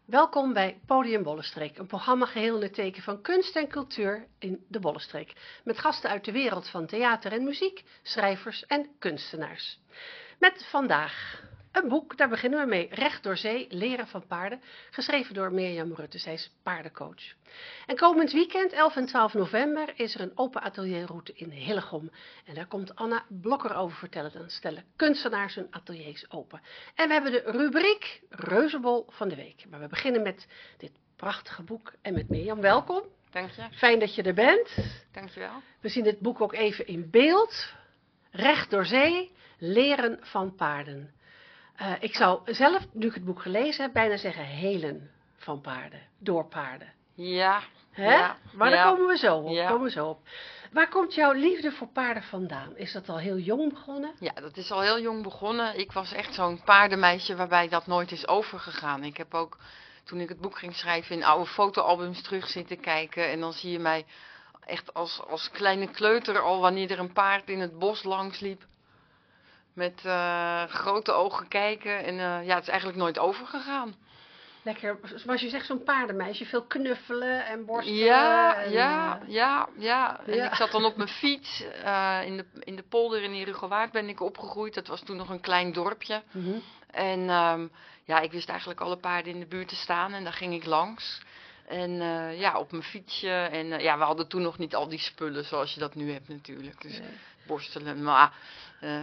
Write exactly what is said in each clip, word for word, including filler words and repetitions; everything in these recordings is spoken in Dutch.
Welkom bij Podium Bollenstreek, een programma geheel in het teken van kunst en cultuur in de Bollenstreek. Met gasten uit de wereld van theater en muziek, schrijvers en kunstenaars. Met vandaag een boek, daar beginnen we mee, Recht door Zee, leren van paarden, geschreven door Mirjam Rutte, zij is paardencoach. En komend weekend, elf en twaalf november, is er een open atelierroute in Hillegom. En daar komt Anna Blokker over vertellen, dan stellen kunstenaars hun ateliers open. En we hebben de rubriek Reuzenbol van de Week. Maar we beginnen met dit prachtige boek en met Mirjam, welkom. Dank je. Fijn dat je er bent. Dank je wel. We zien dit boek ook even in beeld. Recht door Zee, leren van paarden. Uh, ik zou zelf, nu ik het boek gelezen heb, bijna zeggen helen van paarden, door paarden. Ja. Hè? Ja, maar ja, daar komen we zo op, ja. komen we zo op. Waar komt jouw liefde voor paarden vandaan? Is dat al heel jong begonnen? Ja, dat is al heel jong begonnen. Ik was echt zo'n paardenmeisje waarbij dat nooit is overgegaan. Ik heb ook, toen ik het boek ging schrijven, in oude fotoalbums terug zitten kijken. En dan zie je mij echt als, als kleine kleuter al, wanneer er een paard in het bos langs liep. Met uh, grote ogen kijken. En uh, ja, het is eigenlijk nooit overgegaan. Lekker, zoals je zegt, zo'n paardenmeisje. Veel knuffelen en borstelen. Ja, en, ja, uh... ja, ja. En ja. ik zat dan op mijn fiets. Uh, in, de, in de polder in Herugewaard ben ik opgegroeid. Dat was toen nog een klein dorpje. Mm-hmm. En um, ja, ik wist eigenlijk alle paarden in de buurt te staan. En daar ging ik langs. En uh, ja, op mijn fietsje. En uh, ja, we hadden toen nog niet al die spullen zoals je dat nu hebt natuurlijk. Dus nee. Borstelen, maar... Uh,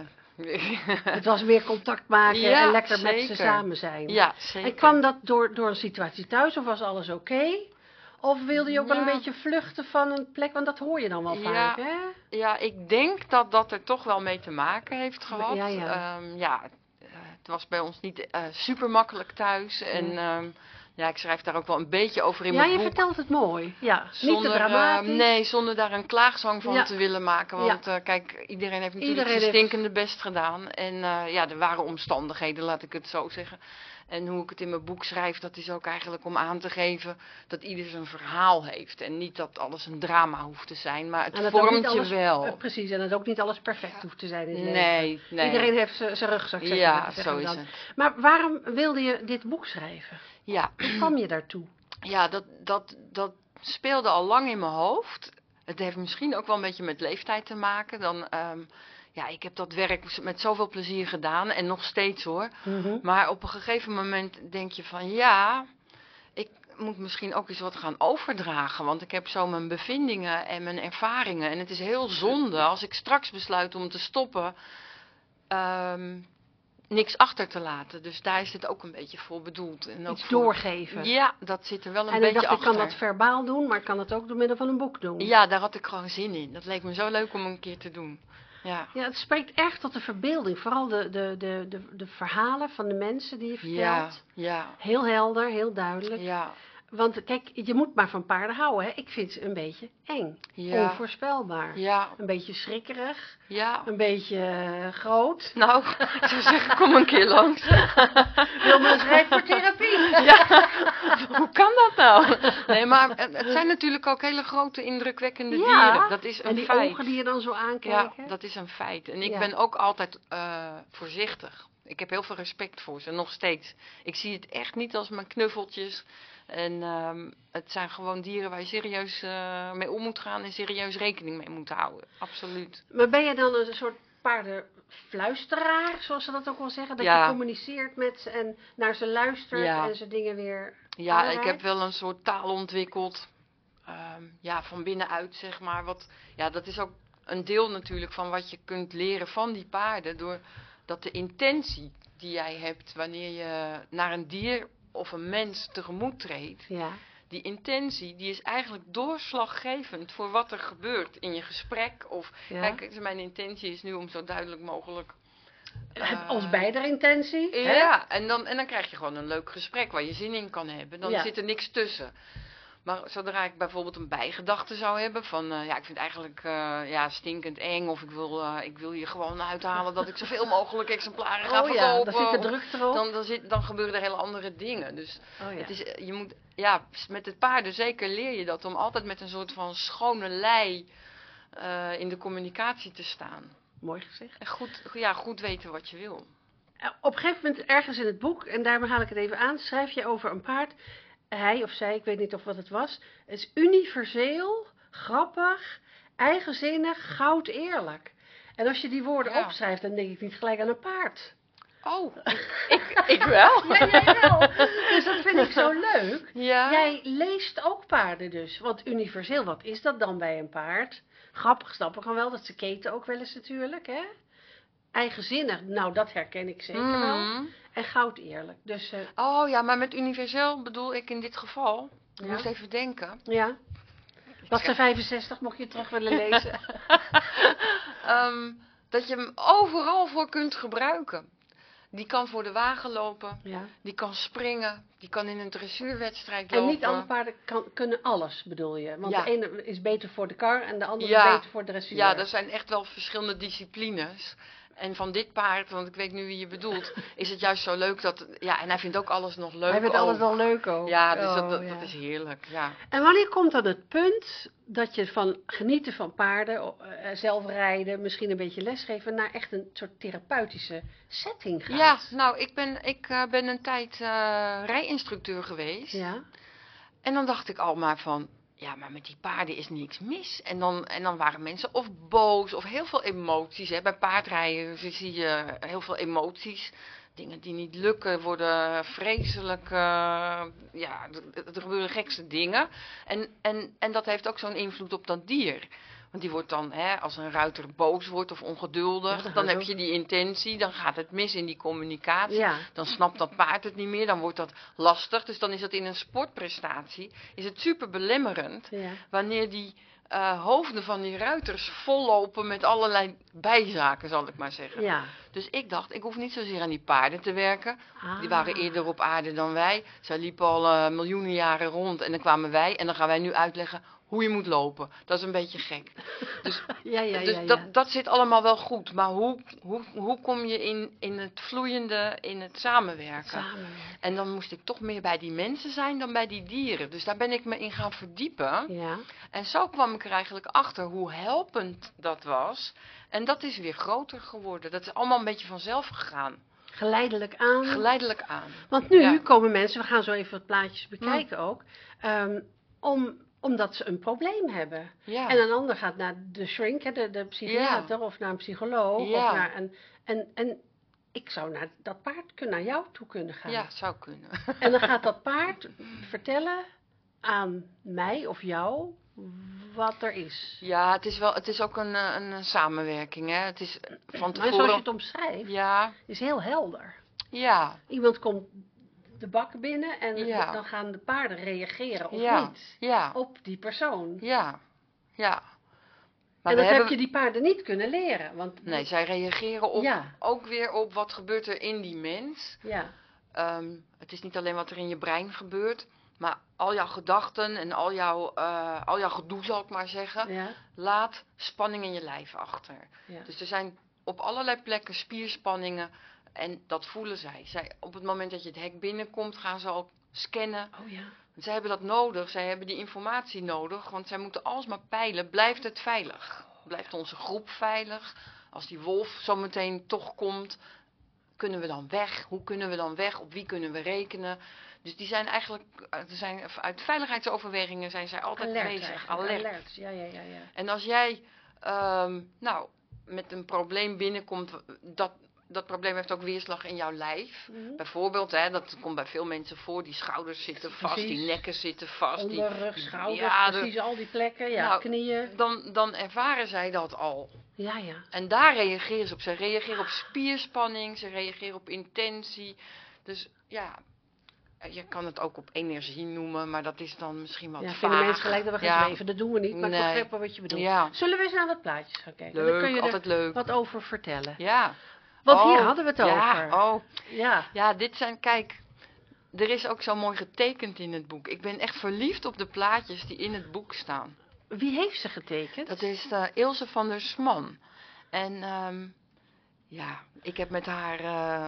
het was meer contact maken ja, en lekker zeker. met ze samen zijn. Ja, zeker. En kwam dat door, door een situatie thuis of was alles oké? Okay? Of wilde je ook ja. wel een beetje vluchten van een plek? Want dat hoor je dan wel ja, vaak, hè? Ja, ik denk dat dat er toch wel mee te maken heeft gehad. Ja, ja. Um, ja het was bij ons niet uh, super makkelijk thuis. En ja. Um, ja, ik schrijf daar ook wel een beetje over in ja, mijn boek. Ja, je vertelt het mooi. Ja, zonder, niet te dramatisch. Uh, nee, zonder daar een klaagzang van ja. te willen maken. Want ja. uh, kijk, iedereen heeft natuurlijk iedereen zijn stinkende heeft... best gedaan. En uh, ja, er waren omstandigheden, laat ik het zo zeggen. En hoe ik het in mijn boek schrijf, dat is ook eigenlijk om aan te geven dat ieder zijn verhaal heeft. En niet dat alles een drama hoeft te zijn, maar het vormt alles, je wel. Uh, precies, en dat ook niet alles perfect hoeft te zijn in het nee, leven. Nee, Iedereen heeft zijn rugzak, zeg ja, maar, zo is dan. het. Maar waarom wilde je dit boek schrijven? Ja. Hoe kwam je daartoe? Ja, dat, dat, dat speelde al lang in mijn hoofd. Het heeft misschien ook wel een beetje met leeftijd te maken. Dan... Um, Ja, ik heb dat werk met zoveel plezier gedaan en nog steeds hoor. Mm-hmm. Maar op een gegeven moment denk je van ja, ik moet misschien ook eens wat gaan overdragen. Want ik heb zo mijn bevindingen en mijn ervaringen. En het is heel zonde als ik straks besluit om te stoppen, um, niks achter te laten. Dus daar is het ook een beetje voor bedoeld. En ook Iets voor... doorgeven. Ja, dat zit er wel een en beetje dacht, achter. En ik kan dat verbaal doen, maar ik kan het ook door middel van een boek doen. Ja, daar had ik gewoon zin in. Dat leek me zo leuk om een keer te doen. Ja. ja, het spreekt echt tot de verbeelding. Vooral de, de, de, de, de verhalen van de mensen die je vertelt. Ja, ja. Heel helder, heel duidelijk. Ja. Want kijk, je moet maar van paarden houden. Hè? Ik vind ze een beetje eng. Ja. Onvoorspelbaar. Ja. Een beetje schrikkerig. Ja. Een beetje uh, groot. Nou, ik zou zeggen, kom een keer langs. Wil me eens rijden voor therapie? Ja. Hoe kan dat nou? Nee, maar het zijn natuurlijk ook hele grote, indrukwekkende ja. dieren. Dat is een en die feit. ogen die je dan zo aankijken. Ja, dat is een feit. En ik ja. ben ook altijd uh, voorzichtig. Ik heb heel veel respect voor ze, nog steeds. Ik zie het echt niet als mijn knuffeltjes. En um, het zijn gewoon dieren waar je serieus uh, mee om moet gaan en serieus rekening mee moet houden. Absoluut. Maar ben je dan een soort paardenfluisteraar, zoals ze dat ook wel zeggen? Dat ja. je communiceert met ze en naar ze luistert ja. en ze dingen weer Ja, aanreikt? ik heb wel een soort taal ontwikkeld. Um, ja, van binnenuit zeg maar. Wat, ja, dat is ook een deel natuurlijk van wat je kunt leren van die paarden. Doordat de intentie die jij hebt wanneer je naar een dier of een mens tegemoet treedt. Ja. Die intentie die is eigenlijk doorslaggevend voor wat er gebeurt in je gesprek. Of ja. kijk, mijn intentie is nu om zo duidelijk mogelijk... Uh, Als beider intentie. Ja, en dan, en dan krijg je gewoon een leuk gesprek waar je zin in kan hebben. Dan ja. zit er niks tussen. Maar zodra ik bijvoorbeeld een bijgedachte zou hebben van, uh, ja, ik vind het eigenlijk uh, ja, stinkend eng. Of ik wil, uh, ik wil je gewoon uithalen dat ik zoveel mogelijk exemplaren ga oh, verkopen. Ja, dan zit de druk erop. Dan, dan, zit, dan gebeuren er hele andere dingen. Dus oh, ja. het is, je moet, ja, met het paarden zeker leer je dat om altijd met een soort van schone lei uh, in de communicatie te staan. Mooi gezegd. En goed, ja, goed weten wat je wil. Op een gegeven moment, ergens in het boek, en daarom haal ik het even aan, schrijf je over een paard. Hij of zij, ik weet niet of wat het was, is universeel, grappig, eigenzinnig, goud eerlijk. En als je die woorden Ja. opschrijft, dan denk ik niet gelijk aan een paard. Oh, ik, ik wel. Ja, jij wel. Dus dat vind ik zo leuk. Ja. Jij leest ook paarden dus. Want universeel, wat is dat dan bij een paard? Grappig, snappen we wel. Dat ze keten ook wel eens natuurlijk, hè? Eigenzinnig, nou dat herken ik zeker wel. Mhm. En goud eerlijk. Dus eh, Oh ja, maar met universeel bedoel ik in dit geval. Ik Ja. moest even denken. ja. Was ze vijfenzestig, mocht je het terug willen lezen. Ehm, dat je hem overal voor kunt gebruiken. Die kan voor de wagen lopen, Ja. die kan springen, die kan in een dressuurwedstrijd lopen. En niet alle paarden kan, kunnen alles, bedoel je? Want Ja. de ene is beter voor de kar en de andere Ja. is beter voor de dressuur. Ja, er zijn echt wel verschillende disciplines. En van dit paard, want ik weet nu wie je bedoelt, is het juist zo leuk dat... Ja, en hij vindt ook alles nog leuk. Hij vindt ook. alles wel leuk ook. Ja, dus dat, Oh, dat, ja. dat is heerlijk, ja. En wanneer komt dan het punt dat je van genieten van paarden, eh, zelf rijden, misschien een beetje lesgeven, naar echt een soort therapeutische setting gaat? Ja, nou, ik ben, ik, eh, ben een tijd eh, rijinstructeur geweest. Ja. En dan dacht ik al maar van, ja, maar met die paarden is niks mis. En dan, en dan waren mensen of boos of heel veel emoties. Hè. Bij paardrijden zie je heel veel emoties. Dingen die niet lukken worden vreselijk, uh, ja, er gebeuren gekste dingen. En, en, en dat heeft ook zo'n invloed op dat dier. Want die wordt dan, hè, als een ruiter boos wordt of ongeduldig, Ja, dan dan gaat heb het je die intentie, dan gaat het mis in die communicatie. Ja. Dan snapt dat paard het niet meer, dan wordt dat lastig. Dus dan is het in een sportprestatie, is het super belemmerend, Ja. wanneer die uh, hoofden van die ruiters vollopen met allerlei bijzaken, zal ik maar zeggen. Ja. Dus ik dacht, ik hoef niet zozeer aan die paarden te werken. Ah. Die waren eerder op aarde dan wij. Zij liepen al uh, miljoenen jaren rond en dan kwamen wij en dan gaan wij nu uitleggen hoe je moet lopen. Dat is een beetje gek. Dus, ja, ja, dus ja, ja. Dat, dat zit allemaal wel goed. Maar hoe, hoe, hoe kom je in, in het vloeiende, in het samenwerken? Samenwerken. En dan moest ik toch meer bij die mensen zijn dan bij die dieren. Dus daar ben ik me in gaan verdiepen. Ja. En zo kwam ik er eigenlijk achter hoe helpend dat was. En dat is weer groter geworden. Dat is allemaal een beetje vanzelf gegaan. Geleidelijk aan. Geleidelijk aan. Want nu Ja. komen mensen, we gaan zo even wat plaatjes bekijken ook, um, om, omdat ze een probleem hebben. Ja. En een ander gaat naar de shrink, hè, de, de psychiater, of naar een psycholoog. Ja. Of naar een, en, en ik zou naar dat paard kunnen, naar jou toe kunnen gaan. Ja, zou kunnen. En dan gaat dat paard vertellen aan mij of jou wat er is. Ja, het is, wel, het is ook een, een, een samenwerking. Hè. Het is van Maar tevoren... zoals je het omschrijft, Ja, is heel helder. ja, Iemand komt de bak binnen en Ja. dan gaan de paarden reageren of ja, niet ja, op die persoon. ja, ja. Maar en we dat heb hebben... je die paarden niet kunnen leren. Want, Nee, zij reageren op, Ja. ook weer op wat gebeurt er in die mens. Ja, Um, het is niet alleen wat er in je brein gebeurt, maar al jouw gedachten en al jouw, uh, al jouw gedoe, zal ik maar zeggen, ja, laat spanning in je lijf achter. ja. Dus er zijn op allerlei plekken spierspanningen en dat voelen zij. zij. Op het moment dat je het hek binnenkomt, gaan ze al scannen. Oh ja. Zij hebben dat nodig, zij hebben die informatie nodig, want zij moeten alsmaar peilen, blijft het veilig? Blijft onze groep veilig? Als die wolf zometeen toch komt, kunnen we dan weg? Hoe kunnen we dan weg? Op wie kunnen we rekenen? Dus die zijn eigenlijk, er zijn, uit veiligheidsoverwegingen zijn zij altijd Alert bezig. eigenlijk, Alert. alert. Ja, ja, ja, ja. En als jij, um, nou, met een probleem binnenkomt, dat, dat probleem heeft ook weerslag in jouw lijf. Mhm. Bijvoorbeeld, hè, dat komt bij veel mensen voor, die schouders zitten vast, Precies. die nekken zitten vast. Onderrug, die, schouders, ja, de- precies al die plekken. Ja, Nou, knieën. dan, dan ervaren zij dat al. Ja, ja. En daar reageren ze op. Ze reageren op spierspanning, ze reageren op intentie. Dus ja, je kan het ook op energie noemen, maar dat is dan misschien wat Ja, vaag. vinden mensen gelijk dat we gaan Ja. zweven. Dat doen we niet, maar Nee. ik begrijp wel wat je bedoelt. Ja. Zullen we eens naar wat plaatjes gaan kijken? Dan Leuk, kun je er altijd leuk. wat over vertellen. Ja. Want Oh, hier hadden we het ja, over. Oh, Ja. ja, dit zijn, kijk, er is ook zo mooi getekend in het boek. Ik ben echt verliefd op de plaatjes die in het boek staan. Wie heeft ze getekend? Dat is uh, Ilse van der Sman. En um, ja, ik heb met haar... Uh,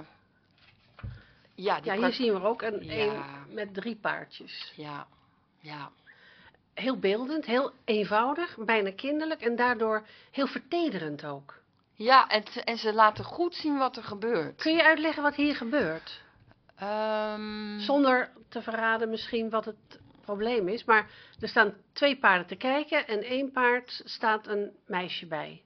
ja, die Ja, hier pra- zien we ook een, Ja. een met drie paardjes. Ja, ja, Heel beeldend, heel eenvoudig, bijna kinderlijk en daardoor heel vertederend ook. Ja, en, en ze laten goed zien wat er gebeurt. Kun je uitleggen wat hier gebeurt? Um... Zonder te verraden misschien wat het probleem is. Maar er staan twee paarden te kijken en één paard staat een meisje bij.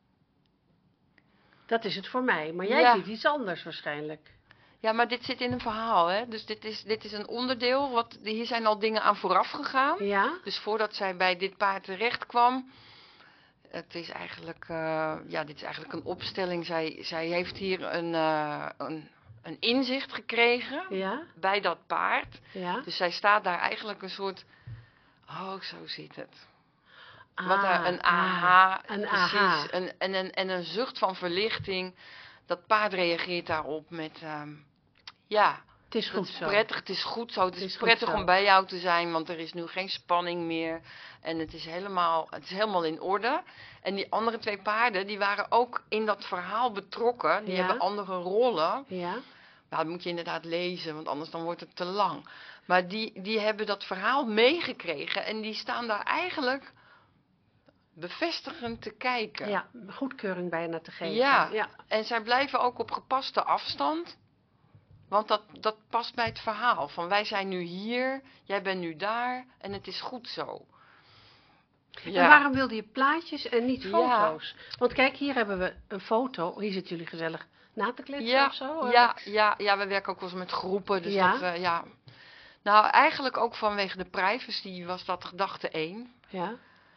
Dat is het voor mij. Maar jij ja. ziet iets anders waarschijnlijk. Ja, maar dit zit in een verhaal, hè. Dus dit is, dit is een onderdeel. Wat, hier zijn al dingen aan vooraf gegaan. Ja? Dus voordat zij bij dit paard terecht kwam. Het is eigenlijk, uh, ja, dit is eigenlijk een opstelling. Zij, zij heeft hier een, uh, een, een inzicht gekregen Ja? bij dat paard. Ja? Dus zij staat daar eigenlijk een soort, oh, zo zit het. Ah, Wat er, een aha, een precies, aha. Een, en, een, en een zucht van verlichting. Dat paard reageert daarop met, um, ja, het is goed het is zo. prettig, het is goed zo. Het, Het is, is prettig goed zo. om bij jou te zijn, want er is nu geen spanning meer. En het is helemaal, het is helemaal in orde. En die andere twee paarden, die waren ook in dat verhaal betrokken. Die Ja. hebben andere rollen. Ja? Nou, dat moet je inderdaad lezen, want anders dan wordt het te lang. Maar die, die hebben dat verhaal meegekregen en die staan daar eigenlijk bevestigend te kijken. Ja, goedkeuring bijna te geven. Ja, Ja. En zij blijven ook op gepaste afstand. Want dat, dat past bij het verhaal. Van wij zijn nu hier, jij bent nu daar en het is goed zo. Ja. En waarom wilde je plaatjes en niet Ja. foto's? Want kijk, hier hebben we een foto. Hier zitten jullie gezellig na te kletsen Ja, of zo. ja, ja, ja, we werken ook wel eens met groepen. Dus Ja. dat, uh, ja. Nou, eigenlijk ook vanwege de privacy was dat gedachte één. Ja.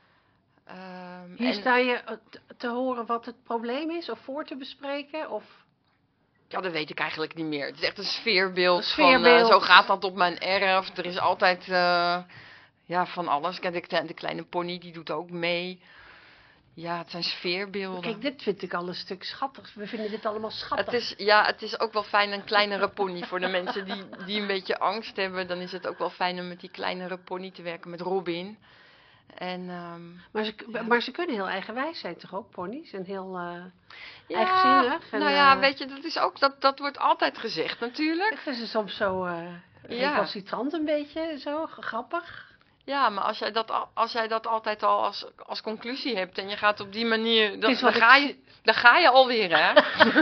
Um, Hier en, sta je uh, te- te horen wat het probleem is of voor te bespreken? Of... ja, dat weet ik eigenlijk niet meer. Het is echt een sfeerbeeld, Een sfeerbeeld. van uh, zo gaat dat op mijn erf. Er is altijd uh, ja, van alles. Kijk, de, de kleine pony die doet ook mee. Ja, het zijn sfeerbeelden. Kijk, dit vind ik al een stuk schattig. We vinden dit allemaal schattig. Het is, ja, het is ook wel fijn een kleinere pony voor de mensen die, die een beetje angst hebben. Dan is het ook wel fijn om met die kleinere pony te werken, met Robin. En, um, maar, ze, ja. maar ze kunnen heel eigenwijs zijn toch ook, ponies? En heel uh, ja, eigenzinnig. En, nou ja, uh, weet je, dat is ook, dat, dat wordt altijd gezegd natuurlijk. Ik vind ze soms zo uh, Ja. recalcitrant een beetje, zo grappig. Ja, maar als jij dat, al- als jij dat altijd al als, als conclusie hebt en je gaat op die manier, dan, is dan, wat ga, ik- je, dan ga je alweer, hè?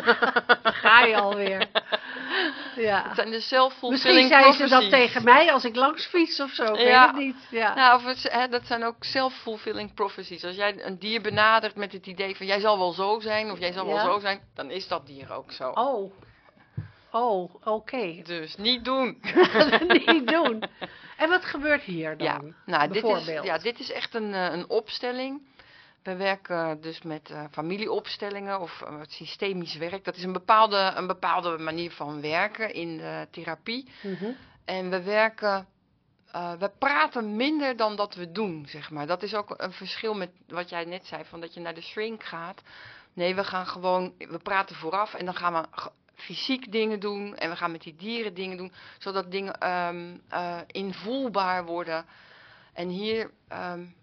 Ga je alweer. Ja. Het zijn de Misschien self-fulfilling zei ze dat prophecies. tegen mij als ik langs fiets of zo. Ik Ja. weet het niet. Ja. Nou, of het, hè, dat zijn ook self-fulfilling prophecies. Als jij een dier benadert met het idee van jij zal wel zo zijn of jij zal Ja. wel zo zijn, dan is dat dier ook zo. Oh. Oh, oké. Dus niet doen. Niet doen. En wat gebeurt hier dan? Ja, nou, dit is, Bijvoorbeeld. ja, dit is echt een, eh, een opstelling. We werken dus met uh, familieopstellingen of uh, systemisch werk. Dat is een bepaalde, een bepaalde manier van werken in de therapie. Mhm. En we werken, uh, we praten minder dan dat we doen, zeg maar. Dat is ook een verschil met wat jij net zei, van dat je naar de shrink gaat. Nee, we gaan gewoon, we praten vooraf en dan gaan we g- fysiek dingen doen. En we gaan met die dieren dingen doen, zodat dingen um, uh, invoelbaar worden. En hier, um,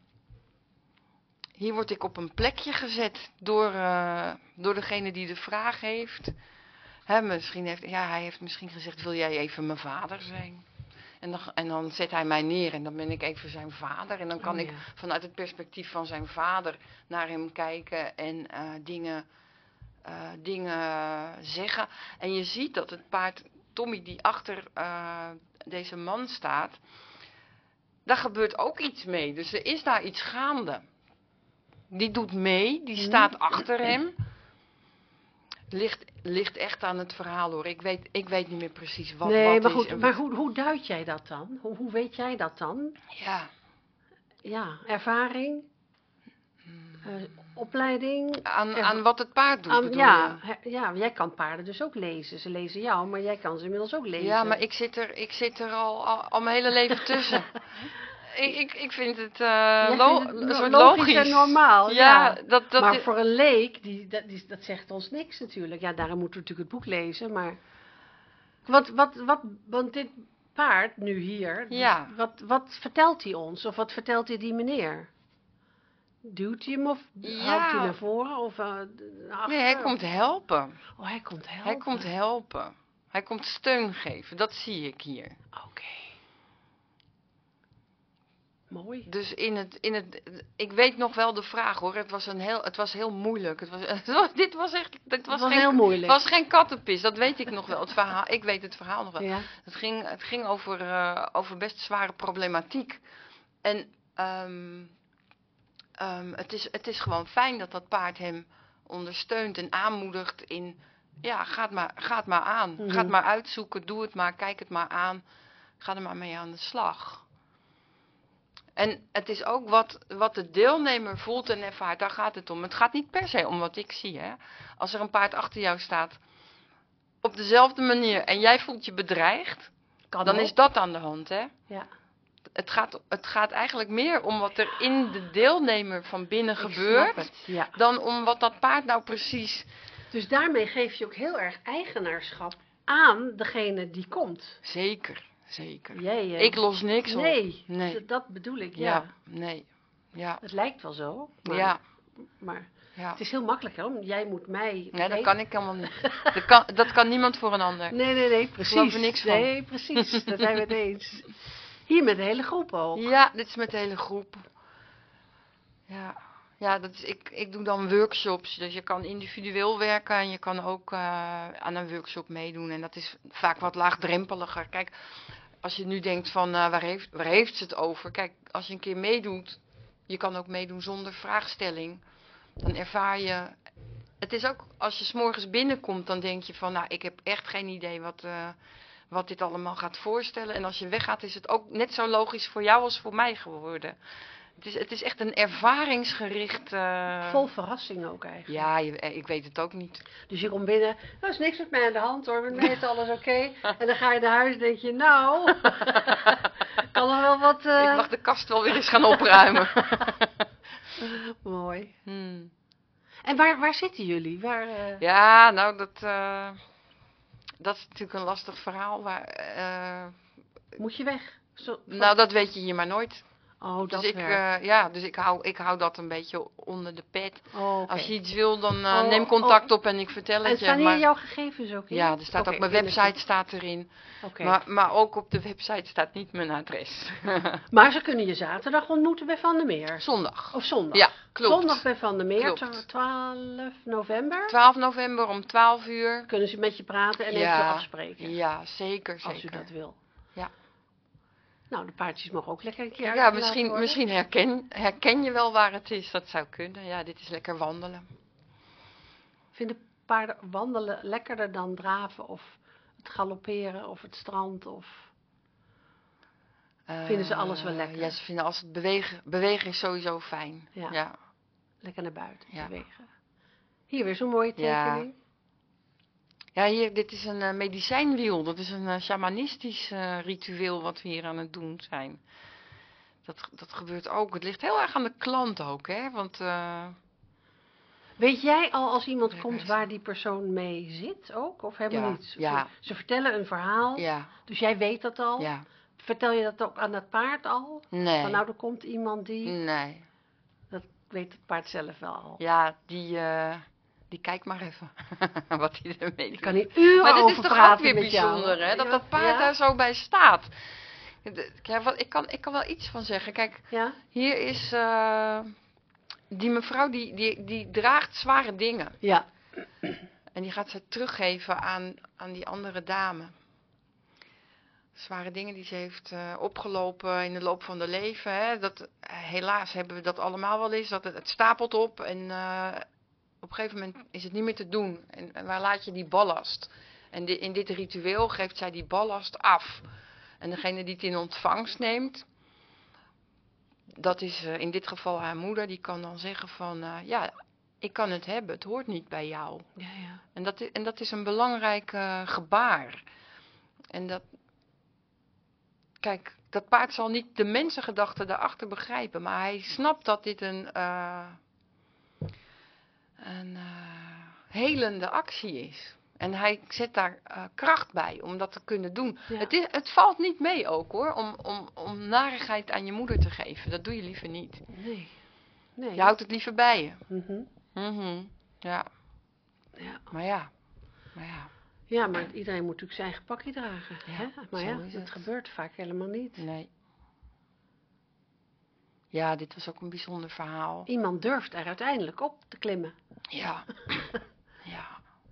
hier word ik op een plekje gezet door, uh, door degene die de vraag heeft. Hè, misschien heeft, ja, hij heeft misschien gezegd, wil jij even mijn vader zijn? En dan, en dan zet hij mij neer en dan ben ik even zijn vader. En dan kan Oh, ik ja. vanuit het perspectief van zijn vader naar hem kijken en uh, dingen, uh, dingen zeggen. En je ziet dat het paard Tommy die achter uh, deze man staat, daar gebeurt ook iets mee. Dus er is daar iets gaande. Die doet mee, die staat achter hem. Ligt, ligt echt aan het verhaal hoor. Ik weet, ik weet niet meer precies wat, nee, wat maar is. goed, en maar wat- hoe, hoe duid jij dat dan? Hoe, hoe weet jij dat dan? Ja, Ja, ervaring, eh, opleiding. aan, Er- aan wat het paard doet aan- bedoel ja, je? he- ja, jij kan paarden dus ook lezen. Ze lezen jou, maar jij kan ze inmiddels ook lezen. Ja, maar ik zit er, ik zit er al, al, al mijn hele leven tussen. ik, ik, ik vind het, uh, Jij lo- vindt het een no- soort logisch logisch. en normaal, ja. dat, dat maar i- voor een leek, die, dat, die, dat zegt ons niks natuurlijk. Ja, daarom moeten we natuurlijk het boek lezen, maar... Wat, wat, wat, want dit paard nu hier, Ja. wat, wat vertelt hij ons? Of wat vertelt hij die meneer? Duwt hij hem of Ja. houdt hij naar voren? Of, uh, naar achter? Nee, hij komt helpen. Oh, hij komt helpen. Hij komt helpen. Hij komt steun geven. Dat zie ik hier. Oké. Mooi. Dus in het, in het, ik weet nog wel de vraag hoor. Het was, een heel, het was heel moeilijk. Het was, het was, dit was echt, dit was, Het was geen, heel moeilijk. was geen kattenpis. Dat weet ik nog wel. Het verhaal, ik weet het verhaal nog wel. Ja. Het ging, het ging over, uh, over best zware problematiek. En um, um, het, is, het is gewoon fijn dat dat paard hem ondersteunt en aanmoedigt in, ja, ga het maar, ga het maar aan. Mm-hmm. Ga het maar uitzoeken, doe het maar, kijk het maar aan. Ga er maar mee aan de slag. En het is ook wat, wat de deelnemer voelt en ervaart, daar gaat het om. Het gaat niet per se om wat ik zie. Hè? Als er een paard achter jou staat, op dezelfde manier, en jij voelt je bedreigd, Kan dan ook. is dat aan de hand. Hè? Ja. Het gaat, het gaat eigenlijk meer om wat er in de deelnemer van binnen Ik gebeurt, snap het, ja. dan om wat dat paard nou precies... Dus daarmee geef je ook heel erg eigenaarschap aan degene die komt. Zeker, zeker. Jij, eh, Ik los niks op. Nee, Nee. d- dat bedoel ik, ja. Ja, nee. Ja, Het lijkt wel zo, maar, ja, maar ja. het is heel makkelijk, hè? want jij moet mij... Nee, dat weten- kan ik helemaal niet. Dat kan, dat kan niemand voor een ander. Nee, nee, nee, precies. geloof er niks van. Nee, precies, daar zijn we het eens. Hier met de hele groep ook. Ja, dit is met de hele groep. Ja, ja dat is, ik, ik doe dan workshops. Dus je kan individueel werken en je kan ook uh, aan een workshop meedoen. En dat is vaak wat laagdrempeliger. Kijk, als je nu denkt van uh, waar, heeft, waar heeft ze het over? Kijk, als je een keer meedoet, je kan ook meedoen zonder vraagstelling. Dan ervaar je... Het is ook, als je 's morgens binnenkomt, dan denk je van, nou, ik heb echt geen idee wat... Uh, wat dit allemaal gaat voorstellen. En als je weggaat is het ook net zo logisch voor jou als voor mij geworden. Het is, het is echt een ervaringsgericht... Uh... Vol verrassing ook eigenlijk. Ja, je, ik weet het ook niet. Dus je komt binnen, er is niks met mij aan de hand hoor, met mij is alles oké. Okay. En dan ga je naar huis en denk je, nou, kan er wel wat... Uh... Ik mag de kast wel weer eens gaan opruimen. Mooi. Hmm. En waar, waar zitten jullie? Waar, uh... Ja, nou dat... Uh... Dat is natuurlijk een lastig verhaal. Waar, uh... Moet je weg? Zo, van... Nou, dat weet je hier maar nooit. Oh, dat dus ik, uh, ja, dus ik hou, ik hou dat een beetje onder de pet. Oh, okay. Als je iets wil, dan uh, oh, neem contact oh. op en ik vertel en het je. En staan maar... hier jouw gegevens ook in? Ja, er staat okay, ook mijn website staat erin. Okay. Maar, maar ook op de website staat niet mijn adres. Maar ze kunnen je zaterdag ontmoeten bij Van der Meer? Zondag. Of zondag? Ja, klopt. Zondag bij Van der Meer, klopt. twaalf november? twaalf november om twaalf uur. Kunnen ze met je praten en ja, eventueel afspreken? Ja, zeker, zeker. Als u dat wil. Ja. Nou, de paardjes mogen ook lekker een keer Ja, misschien, misschien herken, herken je wel waar het is. Dat zou kunnen. Ja, dit is lekker wandelen. Vinden paarden wandelen lekkerder dan draven of het galopperen of het strand? Of uh, vinden ze alles wel lekker? Ja, ze vinden als het bewegen, bewegen is sowieso fijn. Ja. ja. Lekker naar buiten ja. bewegen. Hier weer zo'n mooie tekening. Ja. Ja, hier, dit is een uh, medicijnwiel. Dat is een uh, shamanistisch uh, ritueel wat we hier aan het doen zijn. Dat, dat gebeurt ook. Het ligt heel erg aan de klant ook, hè. Want... Uh... Weet jij al als iemand komt waar die persoon mee zit ook? Of helemaal ja, niet? Ja. Ze vertellen een verhaal. Ja. Dus jij weet dat al? Ja. Vertel je dat ook aan het paard al? Nee. Van nou, er komt iemand die... Nee. Dat weet het paard zelf wel al. Ja, die... Uh... Die kijkt maar even wat hij ermee doet. Ik kan niet uren maar dit over is toch praten ook weer bijzonder, jou. hè? Dat ja, dat paard ja? daar zo bij staat. Ja, wat, ik, kan, ik kan wel iets van zeggen. Kijk, ja? hier is... Uh, die mevrouw die, die, die draagt zware dingen. Ja. En die gaat ze teruggeven aan, aan die andere dame. Zware dingen die ze heeft uh, opgelopen in de loop van haar leven. Hè? Dat, helaas hebben we dat allemaal wel eens. Dat het, het stapelt op en... Uh, op een gegeven moment is het niet meer te doen. En, en waar laat je die ballast? En di- in dit ritueel geeft zij die ballast af. En degene die het in ontvangst neemt, dat is uh, in dit geval haar moeder, die kan dan zeggen van, uh, ja, ik kan het hebben, het hoort niet bij jou. Ja, ja. En, dat is, en dat is een belangrijk uh, gebaar. En dat, kijk, dat paard zal niet de mensengedachte daarachter begrijpen, maar hij snapt dat dit een... Uh, een uh, helende actie is. En hij zet daar uh, kracht bij om dat te kunnen doen. Ja. Het, is, het valt niet mee ook hoor, om, om, om narigheid aan je moeder te geven. Dat doe je liever niet. Nee. nee. Je houdt het liever bij je. Mm-hmm. Mm-hmm. Ja. Ja. Maar ja. Maar ja. Ja, maar iedereen moet natuurlijk zijn eigen pakje dragen. Ja, hè? Maar zo ja, is dat het. gebeurt vaak helemaal niet. Nee. Ja, dit was ook een bijzonder verhaal. Iemand durft er uiteindelijk op te klimmen. Ja. Ja.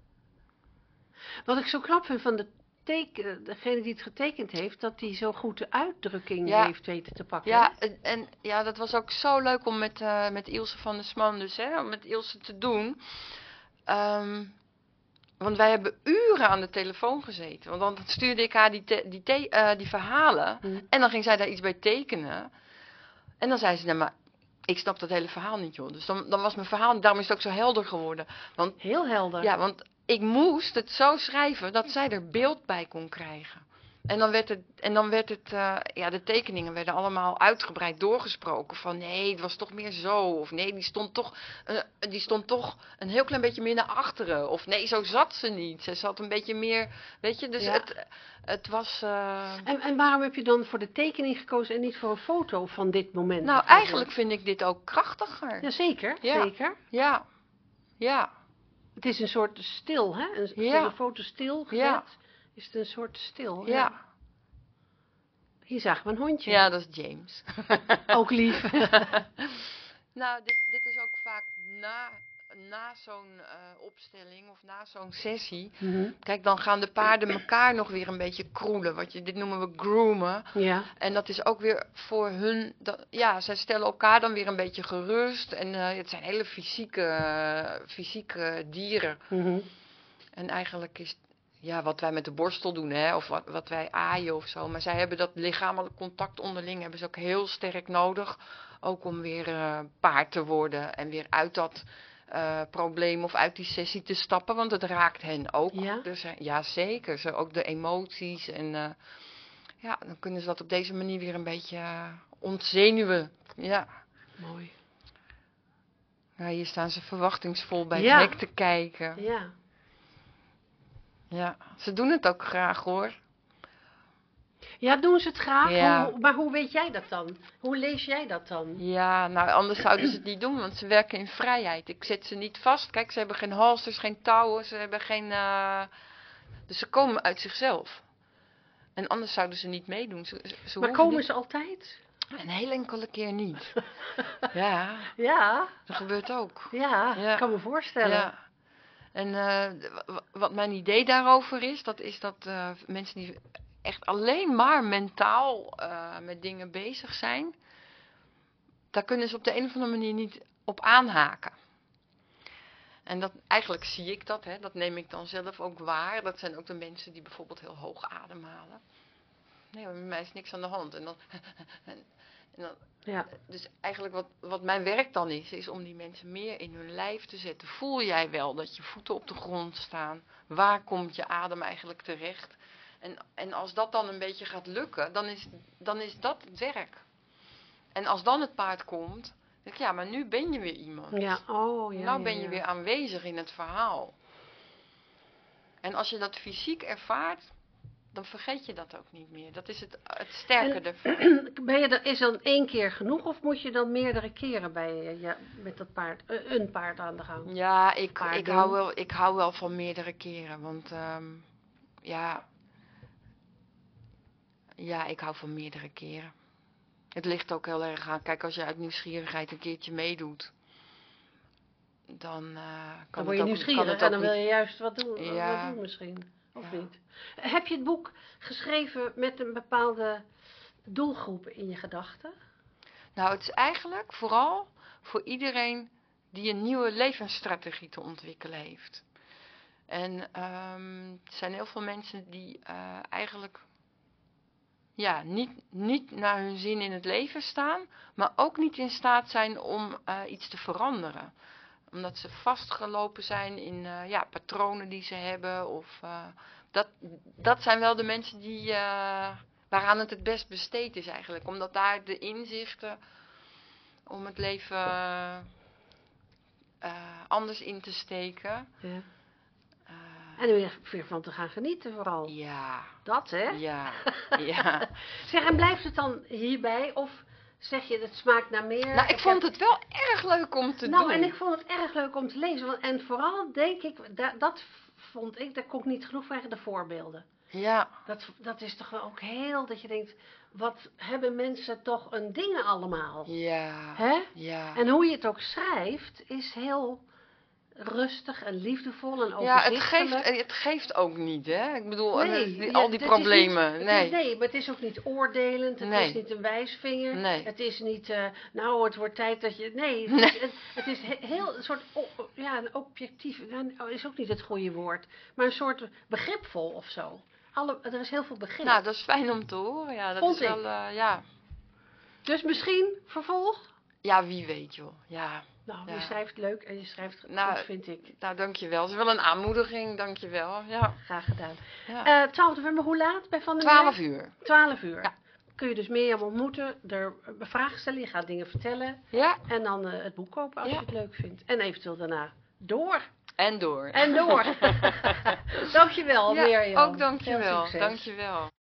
Wat ik zo knap vind van de teken, degene die het getekend heeft, dat hij zo goed de uitdrukking Ja. heeft weten te pakken. Ja, hè? en, en ja, dat was ook zo leuk om met, eh, met Ilse van der Sman dus, hè, om met Ilse te doen. Ehm, want wij hebben uren aan de telefoon gezeten. Want dan stuurde ik haar die, te- die, te- eh, die verhalen. Hm. En dan ging zij daar iets bij tekenen. En dan zei ze, nou maar, ik snap dat hele verhaal niet, joh. Dus dan, dan was mijn verhaal, daarom is het ook zo helder geworden. Want, Heel helder. ja, want ik moest het zo schrijven dat zij er beeld bij kon krijgen. En dan werd het, en dan werd het eh, ja, de tekeningen werden allemaal uitgebreid doorgesproken. Van nee, het was toch meer zo. Of nee, die stond toch, eh, die stond toch een heel klein beetje meer naar achteren. Of nee, zo zat ze niet. Ze zat een beetje meer, weet je. Dus Ja. het, het was... eh, En, en waarom heb je dan voor de tekening gekozen en niet voor een foto van dit moment? Nou, bijvoorbeeld? eigenlijk vind ik dit ook krachtiger. Jazeker, Ja. zeker. Ja, ja, Het is een soort stil, hè? Een, Ja. Voor de foto stil gezet, Ja. is het een soort stil. ja. Hier zagen we een hondje. Ja, dat is James. Ook lief. Nou, dit, dit is ook vaak na, na zo'n eh, opstelling of na zo'n sessie. Mhm. Kijk, dan gaan de paarden elkaar nog weer een beetje kroelen. Wat je, dit noemen we groomen. Ja. En dat is ook weer voor hun, dat, ja, zij stellen elkaar dan weer een beetje gerust. En eh, het zijn hele fysieke, eh, fysieke dieren. Mhm. En eigenlijk is, ja, wat wij met de borstel doen, hè, of wat, wat wij aaien of zo. Maar zij hebben dat lichamelijk contact onderling, hebben ze ook heel sterk nodig. Ook om weer eh, paard te worden en weer uit dat eh, probleem of uit die sessie te stappen. Want het raakt hen ook. Ja? Dus, eh, ja, zeker. Ze, ook de emoties. En eh, ja, dan kunnen ze dat op deze manier weer een beetje eh, ontzenuwen. Ja. Mooi. Nou, hier staan ze verwachtingsvol bij Ja. het hek te kijken. Ja. Ja, ze doen het ook graag hoor. Ja, doen ze het graag? Ja. Hoe, maar hoe weet jij dat dan? Hoe lees jij dat dan? Ja, nou anders zouden ze het niet doen, want ze werken in vrijheid. Ik zet ze niet vast. Kijk, ze hebben geen halsters, geen touwen, ze hebben geen... eh, Dus ze komen uit zichzelf. En anders zouden ze niet meedoen. Ze, ze Maar hoeven komen niet- ze altijd? Een hele enkele keer niet. Ja, Ja, dat gebeurt ook. ja, Ja. ik kan me voorstellen. Ja. En eh, w- w- wat mijn idee daarover is, dat is dat eh, mensen die echt alleen maar mentaal eh, met dingen bezig zijn, daar kunnen ze op de een of andere manier niet op aanhaken. En dat, eigenlijk zie ik dat, hè, dat neem ik dan zelf ook waar. Dat zijn ook de mensen die bijvoorbeeld heel hoog ademhalen. Nee, maar met mij is niks aan de hand. En dan, en dan, Ja. dus eigenlijk wat, wat mijn werk dan is, is om die mensen meer in hun lijf te zetten. Voel jij wel dat je voeten op de grond staan? Waar komt je adem eigenlijk terecht? En, en als dat dan een beetje gaat lukken, dan is, dan is dat het werk. En als dan het paard komt, dan denk ik, ja, maar nu ben je weer iemand. Ja, oh ja. nou ja, ben je ja. weer aanwezig in het verhaal. En als je dat fysiek ervaart, dan vergeet je dat ook niet meer. Dat is het, het sterke En- ervan. Ben je er, is dan één keer genoeg of moet je dan meerdere keren bij je, ja, met dat paard, eh, een paard aan de gang? Ja, ik, ik, Paarden. hou wel, ik hou wel van meerdere keren. Want ehm, ja, ja, ik hou van meerdere keren. Het ligt ook heel erg aan. Kijk, als je uit nieuwsgierigheid een keertje meedoet, dan eh, kan Dan word het je ook, nieuwsgierig kan het en ook dan niet- wil je juist wat doen, Ja. wat doen misschien. Of Ja. niet? Heb je het boek geschreven met een bepaalde doelgroep in je gedachten? Nou, het is eigenlijk vooral voor iedereen die een nieuwe levensstrategie te ontwikkelen heeft. En ehm, er zijn heel veel mensen die eh, eigenlijk ja, niet, niet naar hun zin in het leven staan, maar ook niet in staat zijn om eh, iets te veranderen. Omdat ze vastgelopen zijn in eh, ja, patronen die ze hebben. Of, eh, dat, dat zijn wel de mensen die, eh, waaraan het het best besteed is eigenlijk. Omdat daar de inzichten om het leven eh, anders in te steken. Ja. eh, En er weer, weer van te gaan genieten vooral. ja, Dat hè? ja, ja. Zeg, en blijft het dan hierbij of zeg je het smaakt naar meer? Nou, ik vond het wel erg leuk om te nou, doen. en ik vond het erg leuk om te lezen. want- En vooral denk ik, da- dat vond ik, daar kon ik niet genoeg van, de voorbeelden. Ja, Dat, dat is toch wel ook heel, dat je denkt, wat hebben mensen toch een dingen allemaal. ja, Hè? ja. En hoe je het ook schrijft, is heel rustig en liefdevol en Ja, het overzichtelijk. geeft, het geeft ook niet, hè? Ik bedoel, en het is Nee, niet- ja, al die het is niet- problemen. het is- Nee, nee, maar het is ook niet oordelend. Het Nee. is niet een wijsvinger. Nee. Het is niet, eh, nou, het wordt tijd dat je... Nee, het, Nee. Is, het, het is he- heel een soort, o- ja, een objectief, nou, is ook niet het goede woord, maar een soort begripvol of zo. Alle, er is heel veel begrip. nou, dat is fijn om te horen. Ja, dat Vond is wel, ik. eh, ja. Dus misschien vervolg? Ja, wie weet, joh. Ja. Nou, Ja. je schrijft leuk en je schrijft Nou, goed, vind ik. Nou, dankjewel. Het is wel een aanmoediging, dankjewel. Ja. Graag gedaan. ja. Eh twaalf november, hoe laat bij Van der Twaalf Meij? uur. twaalf uur. Ja. Kun je dus Mirjam ontmoeten, er vragen stellen, je gaat dingen vertellen. Ja, En dan eh, het boek kopen als Ja. je het leuk vindt. En eventueel daarna door. en door. En door. Dankjewel, Ja, Mirjam. ook dankjewel. Veel succes. Dankjewel.